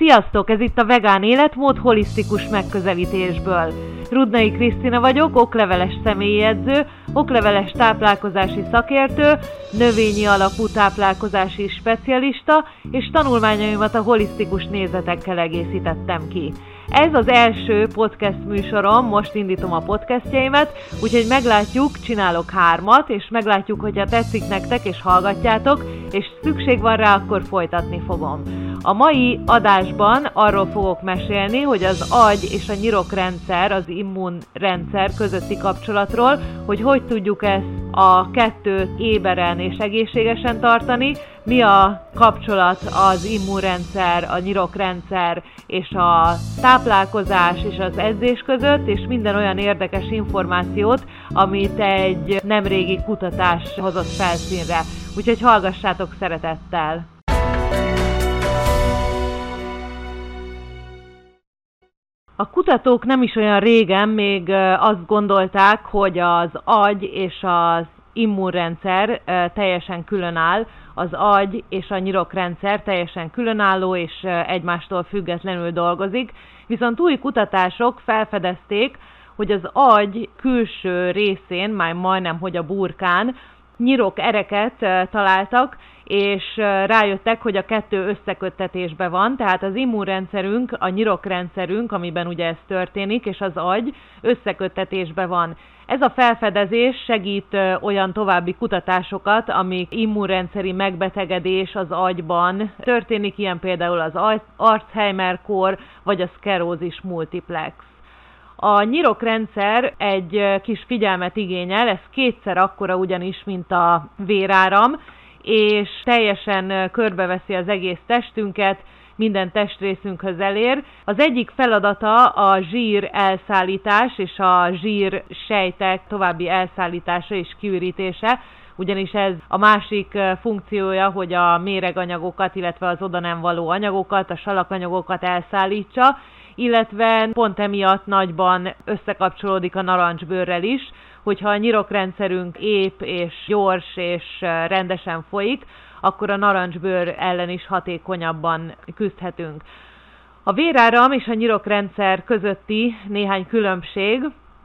Sziasztok! Ez itt a Vegán Életmód holisztikus megközelítésből. Rudnai Krisztina vagyok, okleveles személyi edző, okleveles táplálkozási szakértő, növényi alapú táplálkozási specialista, és tanulmányaimat a holisztikus nézetekkel egészítettem ki. Ez az első podcast műsorom, most indítom a podcastjeimet, úgyhogy meglátjuk, csinálok 3-at, és meglátjuk, hogyha tetszik nektek, és hallgatjátok, és szükség van rá, akkor folytatni fogom. A mai adásban arról fogok mesélni, hogy az agy és a nyirokrendszer, az immunrendszer közötti kapcsolatról, hogy tudjuk ezt a kettőt éberen és egészségesen tartani, mi a kapcsolat az immunrendszer, a nyirokrendszer és a táplálkozás és az edzés között, és minden olyan érdekes információt, amit egy nemrégi kutatás hozott felszínre. Úgyhogy hallgassátok szeretettel! A kutatók nem is olyan régen még azt gondolták, hogy az agy és az immunrendszer teljesen különáll, az agy és a nyirokrendszer teljesen különálló és egymástól függetlenül dolgozik, viszont új kutatások felfedezték, hogy az agy külső részén, már majdnem hogy a burkán, nyirokereket találtak, és rájöttek, hogy a kettő összeköttetésben van, tehát az immunrendszerünk, a nyirokrendszerünk, amiben ugye ez történik, és az agy összeköttetésben van. Ez a felfedezés segít olyan további kutatásokat, amik immunrendszeri megbetegedés az agyban történik, ilyen például az Alzheimer-kór, vagy a szklerózis multiplex. A nyirokrendszer egy kis figyelmet igényel, ez 2-szer akkora ugyanis, mint a véráram, és teljesen körbeveszi az egész testünket, minden testrészünkhöz elér. Az egyik feladata a zsír elszállítás és a zsír sejtek további elszállítása és kiürítése, ugyanis ez a másik funkciója, hogy a méreganyagokat, illetve az oda nem való anyagokat, a salakanyagokat elszállítsa, illetve pont emiatt nagyban összekapcsolódik a narancsbőrrel is, hogyha a nyirokrendszerünk ép és gyors és rendesen folyik, akkor a narancsbőr ellen is hatékonyabban küzdhetünk. A véráram és a nyirokrendszer közötti néhány különbség.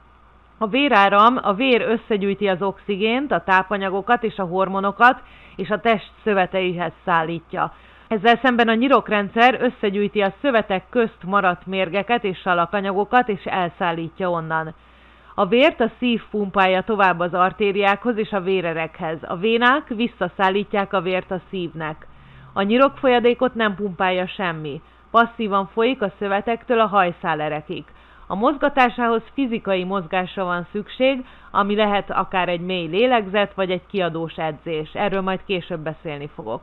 A véráram, a vér összegyűjti az oxigént, a tápanyagokat és a hormonokat, és a test szöveteihez szállítja. Ezzel szemben a nyirokrendszer összegyűjti a szövetek közt maradt mérgeket és salakanyagokat, és elszállítja onnan. A vért a szív pumpálja tovább az artériákhoz és a vérerekhez. A vénák visszaszállítják a vért a szívnek. A nyirokfolyadékot nem pumpálja semmi. Passzívan folyik a szövetektől a hajszálerekig. A mozgatásához fizikai mozgásra van szükség, ami lehet akár egy mély lélegzet, vagy egy kiadós edzés. Erről majd később beszélni fogok.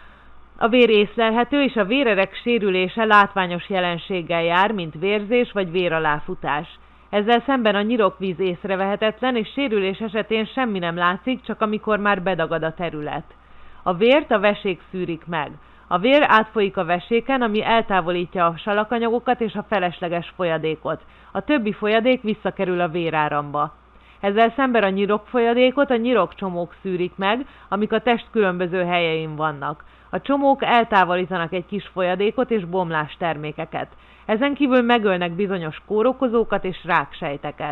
A vér észlelhető, és a vérerek sérülése látványos jelenséggel jár, mint vérzés vagy véraláfutás. Ezzel szemben a nyirokvíz észrevehetetlen, és sérülés esetén semmi nem látszik, csak amikor már bedagad a terület. A vért a vesék szűrik meg. A vér átfolyik a veséken, ami eltávolítja a salakanyagokat és a felesleges folyadékot. A többi folyadék visszakerül a véráramba. Ezzel szemben a nyirokfolyadékot a nyirokcsomók szűrik meg, amik a test különböző helyein vannak. A csomók eltávolítanak egy kis folyadékot és bomlástermékeket. Ezen kívül megölnek bizonyos kórokozókat és ráksejteket.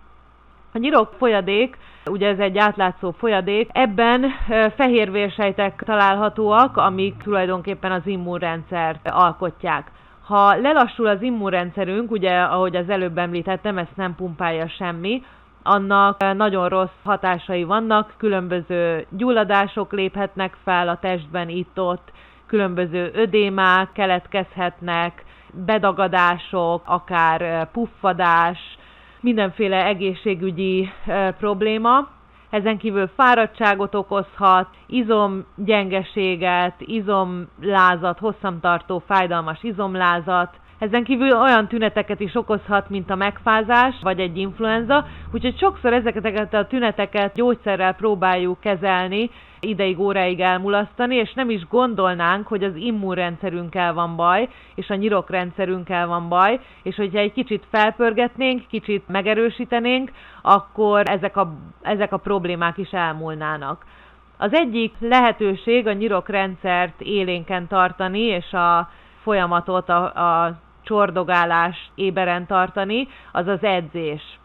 A nyirokfolyadék, ugye ez egy átlátszó folyadék, ebben fehérvérsejtek találhatóak, amik tulajdonképpen az immunrendszert alkotják. Ha lelassul az immunrendszerünk, ugye ahogy az előbb említettem, ezt nem pumpálja semmi, annak nagyon rossz hatásai vannak, különböző gyulladások léphetnek fel a testben itt-ott, különböző ödémák keletkezhetnek, bedagadások, akár puffadás, mindenféle egészségügyi probléma. Ezen kívül fáradtságot okozhat, izomgyengeséget, izomlázat, hosszantartó fájdalmas izomlázat. Ezen kívül olyan tüneteket is okozhat, mint a megfázás, vagy egy influenza, úgyhogy sokszor ezeket a tüneteket gyógyszerrel próbáljuk kezelni, ideig, óráig elmulasztani, és nem is gondolnánk, hogy az immunrendszerünkkel van baj, és a nyirokrendszerünkkel van baj, és hogyha egy kicsit felpörgetnénk, kicsit megerősítenénk, akkor ezek a problémák is elmúlnának. Az egyik lehetőség a nyirokrendszert élénken tartani, és a folyamatot, a csordogálást éberen tartani, az az edzés.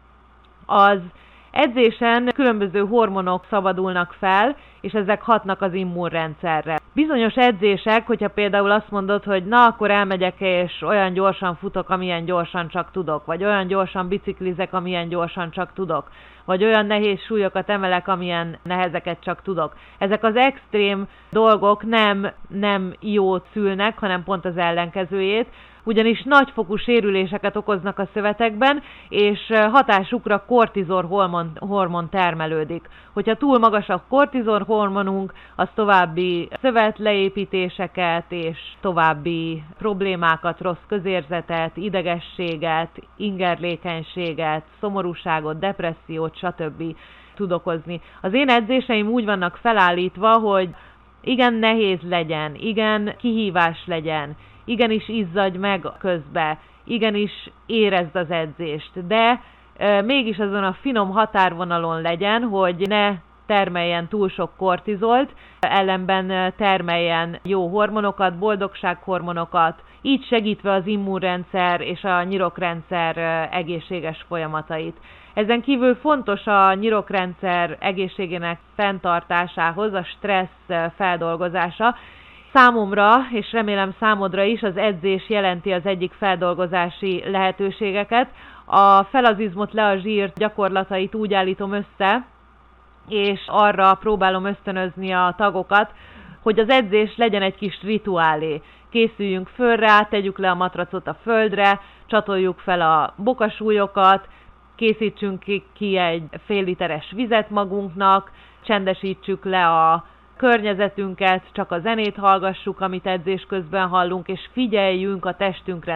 Az edzésen különböző hormonok szabadulnak fel, és ezek hatnak az immunrendszerre. Bizonyos edzések, hogyha például azt mondod, hogy na, akkor elmegyek és olyan gyorsan futok, amilyen gyorsan csak tudok, vagy olyan gyorsan biciklizek, amilyen gyorsan csak tudok, vagy olyan nehéz súlyokat emelek, amilyen nehezeket csak tudok. Ezek az extrém dolgok nem jót szülnek, hanem pont az ellenkezőjét, ugyanis nagyfokú sérüléseket okoznak a szövetekben, és hatásukra kortizol hormon termelődik. Hogyha túl magas a kortizol hormonunk, az további szövetleépítéseket és további problémákat, rossz közérzetet, idegességet, ingerlékenységet, szomorúságot, depressziót, stb. Tud okozni. Az én edzéseim úgy vannak felállítva, hogy igen nehéz legyen, igen kihívás legyen, igenis izzadj meg közbe, igenis érezd az edzést, de mégis azon a finom határvonalon legyen, hogy ne termeljen túl sok kortizolt, ellenben termeljen jó hormonokat, boldogsághormonokat, így segítve az immunrendszer és a nyirokrendszer egészséges folyamatait. Ezen kívül fontos a nyirokrendszer egészségének fenntartásához a stressz feldolgozása. Számomra, és remélem számodra is, az edzés jelenti az egyik feldolgozási lehetőségeket. A fel az izmot, le a zsírt gyakorlatait úgy állítom össze, és arra próbálom ösztönözni a tagokat, hogy az edzés legyen egy kis rituálé. Készüljünk föl rá, tegyük le a matracot a földre, csatoljuk fel a bokasúlyokat, készítsünk ki egy fél literes vizet magunknak, csendesítsük le a környezetünket, csak a zenét hallgassuk, amit edzés közben hallunk, és figyeljünk a testünkre.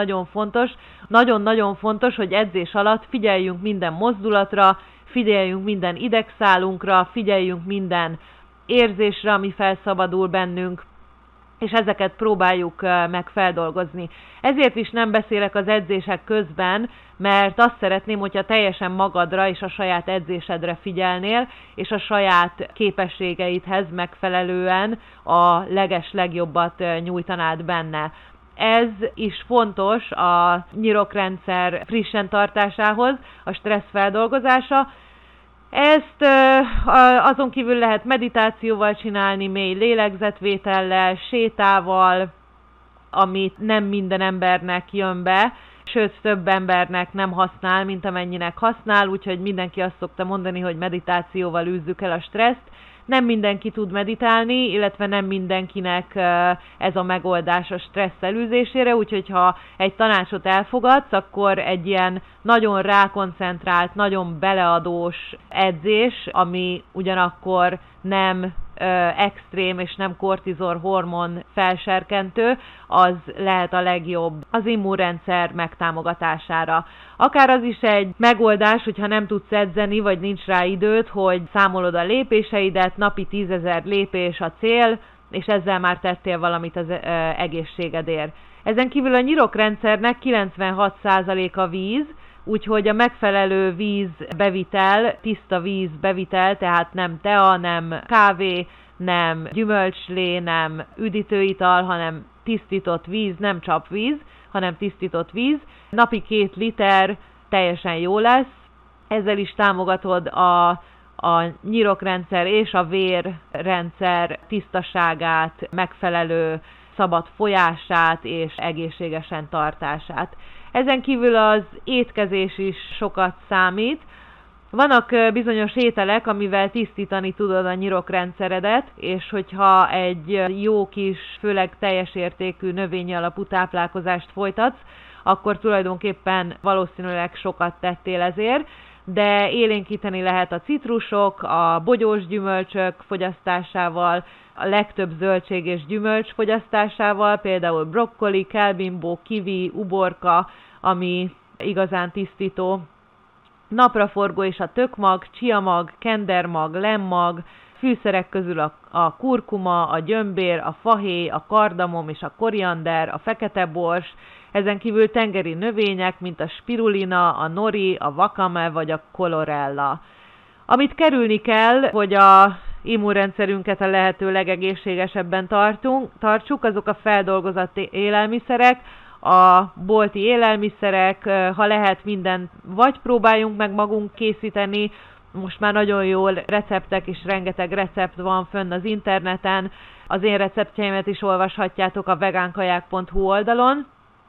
Nagyon-nagyon fontos, hogy edzés alatt figyeljünk minden mozdulatra, figyeljünk minden idegszálunkra, figyeljünk minden érzésre, ami felszabadul bennünk, és ezeket próbáljuk meg feldolgozni. Ezért is nem beszélek az edzések közben, mert azt szeretném, hogyha teljesen magadra és a saját edzésedre figyelnél, és a saját képességeidhez megfelelően a legjobbat nyújtanád benne. Ez is fontos a nyirokrendszer frissen tartásához, a stressz feldolgozása. Ezt azon kívül lehet meditációval csinálni, mély lélegzetvétellel, sétával, amit nem minden embernek jön be, sőt több embernek nem használ, mint amennyinek használ, úgyhogy mindenki azt szokta mondani, hogy meditációval űzzük el a stresszt. Nem mindenki tud meditálni, illetve nem mindenkinek ez a megoldás a stressz elűzésére, úgyhogy ha egy tanácsot elfogadsz, akkor egy ilyen nagyon rákoncentrált, nagyon beleadós edzés, ami ugyanakkor nem extrém és nem kortizol hormon felserkentő, az lehet a legjobb az immunrendszer megtámogatására. Akár az is egy megoldás, hogyha nem tudsz edzeni, vagy nincs rá időd, hogy számolod a lépéseidet, napi 10 000 lépés a cél, és ezzel már tettél valamit az egészségedért. Ezen kívül a nyirokrendszernek 96% a víz, úgyhogy a megfelelő vízbevitel, tiszta vízbevitel, tehát nem tea, nem kávé, nem gyümölcslé, nem üdítőital, hanem tisztított víz, nem csapvíz, hanem tisztított víz. Napi 2 liter teljesen jó lesz. Ezzel is támogatod a nyirokrendszer és a vérrendszer tisztaságát, megfelelő szabad folyását és egészségesen tartását. Ezen kívül az étkezés is sokat számít. Vannak bizonyos ételek, amivel tisztítani tudod a nyirokrendszeredet, és hogyha egy jó kis, főleg teljes értékű növényi alapú táplálkozást folytatsz, akkor tulajdonképpen valószínűleg sokat tettél ezért, de élénkíteni lehet a citrusok, a bogyós gyümölcsök fogyasztásával, a legtöbb zöldség és gyümölcs fogyasztásával, például brokkoli, kelbimbó, kiwi, uborka, ami igazán tisztító. Napraforgó és a tökmag, csiamag, kendermag, lemmag, fűszerek közül a kurkuma, a gyömbér, a fahéj, a kardamom és a koriander, a fekete bors, ezen kívül tengeri növények, mint a spirulina, a nori, a wakame vagy a chlorella. Amit kerülni kell, hogy a immunrendszerünket a lehető legegészségesebben tartsuk, azok a feldolgozott élelmiszerek, a bolti élelmiszerek, ha lehet mindent vagy próbáljunk meg magunk készíteni, most már nagyon jó receptek és rengeteg recept van fönn az interneten, az én receptjeimet is olvashatjátok a vegánkaják.hu oldalon,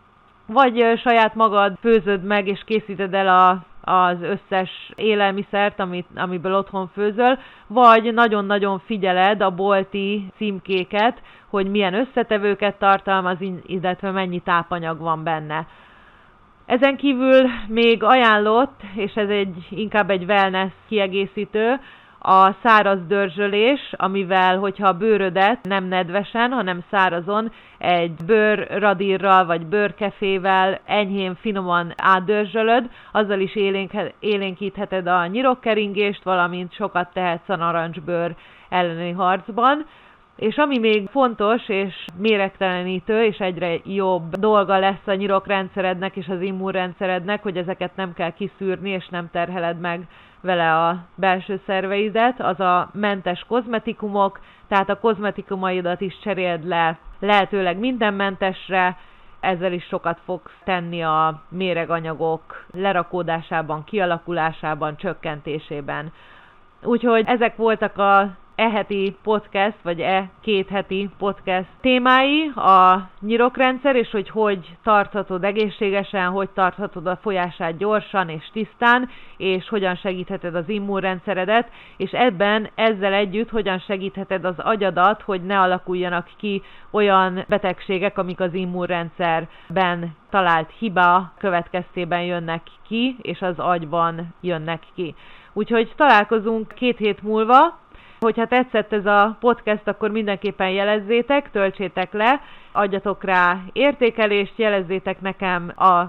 vagy saját magad főzöd meg és készíted el az összes élelmiszert, amiből otthon főzöl, vagy nagyon-nagyon figyeled a bolti címkéket, hogy milyen összetevőket tartalmaz, illetve mennyi tápanyag van benne. Ezen kívül még ajánlott, és ez inkább egy wellness kiegészítő, a száraz dörzsölés, amivel, hogyha a bőrödet nem nedvesen, hanem szárazon egy bőrradírral vagy bőrkefével enyhén finoman átdörzsölöd, azzal is élénkítheted a nyirokkeringést, valamint sokat tehetsz a narancsbőr elleni harcban. És ami még fontos és méregtelenítő, és egyre jobb dolga lesz a nyirokrendszerednek és az immunrendszerednek, hogy ezeket nem kell kiszűrni, és nem terheled meg vele a belső szerveidet, az a mentes kozmetikumok, tehát a kozmetikumaidat is cseréld le lehetőleg mindenmentesre, ezzel is sokat fogsz tenni a méreganyagok lerakódásában, kialakulásában, csökkentésében. Úgyhogy ezek voltak a heti podcast, vagy két heti podcast témái, a nyirokrendszer, és hogy tarthatod egészségesen, hogy tarthatod a folyását gyorsan és tisztán, és hogyan segítheted az immunrendszeredet, és ezzel együtt hogyan segítheted az agyadat, hogy ne alakuljanak ki olyan betegségek, amik az immunrendszerben talált hiba következtében jönnek ki, és az agyban jönnek ki. Úgyhogy találkozunk 2 hét múlva. Hogyha tetszett ez a podcast, akkor mindenképpen jelezzétek, töltsétek le, adjatok rá értékelést, jelezzétek nekem a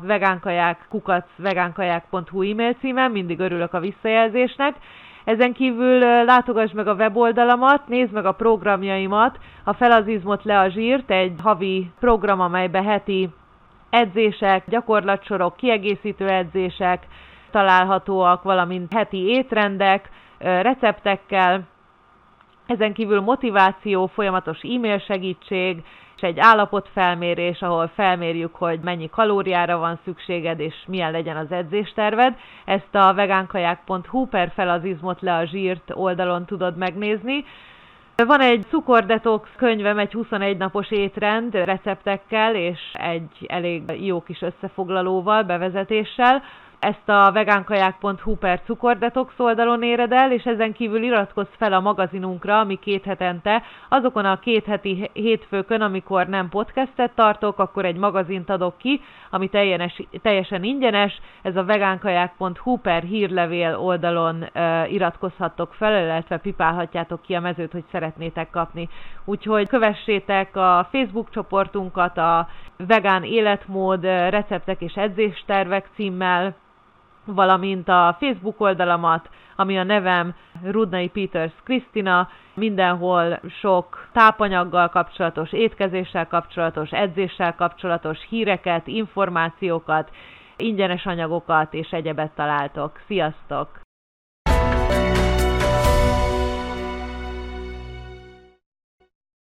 vegánkaják@vegánkaják.hu e-mail címen, mindig örülök a visszajelzésnek. Ezen kívül látogass meg a weboldalamat, nézd meg a programjaimat, a Fel az izmot, le a zsírt, egy havi program, amelyben heti edzések, gyakorlatsorok, kiegészítő edzések találhatóak, valamint heti étrendek, receptekkel. Ezen kívül motiváció, folyamatos e-mail segítség, és egy állapotfelmérés, ahol felmérjük, hogy mennyi kalóriára van szükséged, és milyen legyen az edzésterved. Ezt a vegánkaják.hu Fel az izmot, le a zsírt oldalon tudod megnézni. Van egy cukordetox könyvem, egy 21 napos étrend receptekkel, és egy elég jó kis összefoglalóval, bevezetéssel. Ezt a vegánkaják.hu cukordetox oldalon éred el, és ezen kívül iratkozz fel a magazinunkra, ami 2 hetente, azokon a 2 heti hétfőkön, amikor nem podcastet tartok, akkor egy magazint adok ki, ami teljesen ingyenes. Ez a vegánkaják.hu hírlevél oldalon iratkozhattok fel, illetve pipálhatjátok ki a mezőt, hogy szeretnétek kapni. Úgyhogy kövessétek a Facebook csoportunkat, a Vegán Életmód receptek és edzéstervek címmel, valamint a Facebook oldalamat, ami a nevem Rudnai Peters Krisztina, mindenhol sok tápanyaggal kapcsolatos, étkezéssel kapcsolatos, edzéssel kapcsolatos híreket, információkat, ingyenes anyagokat és egyebet találtok. Sziasztok!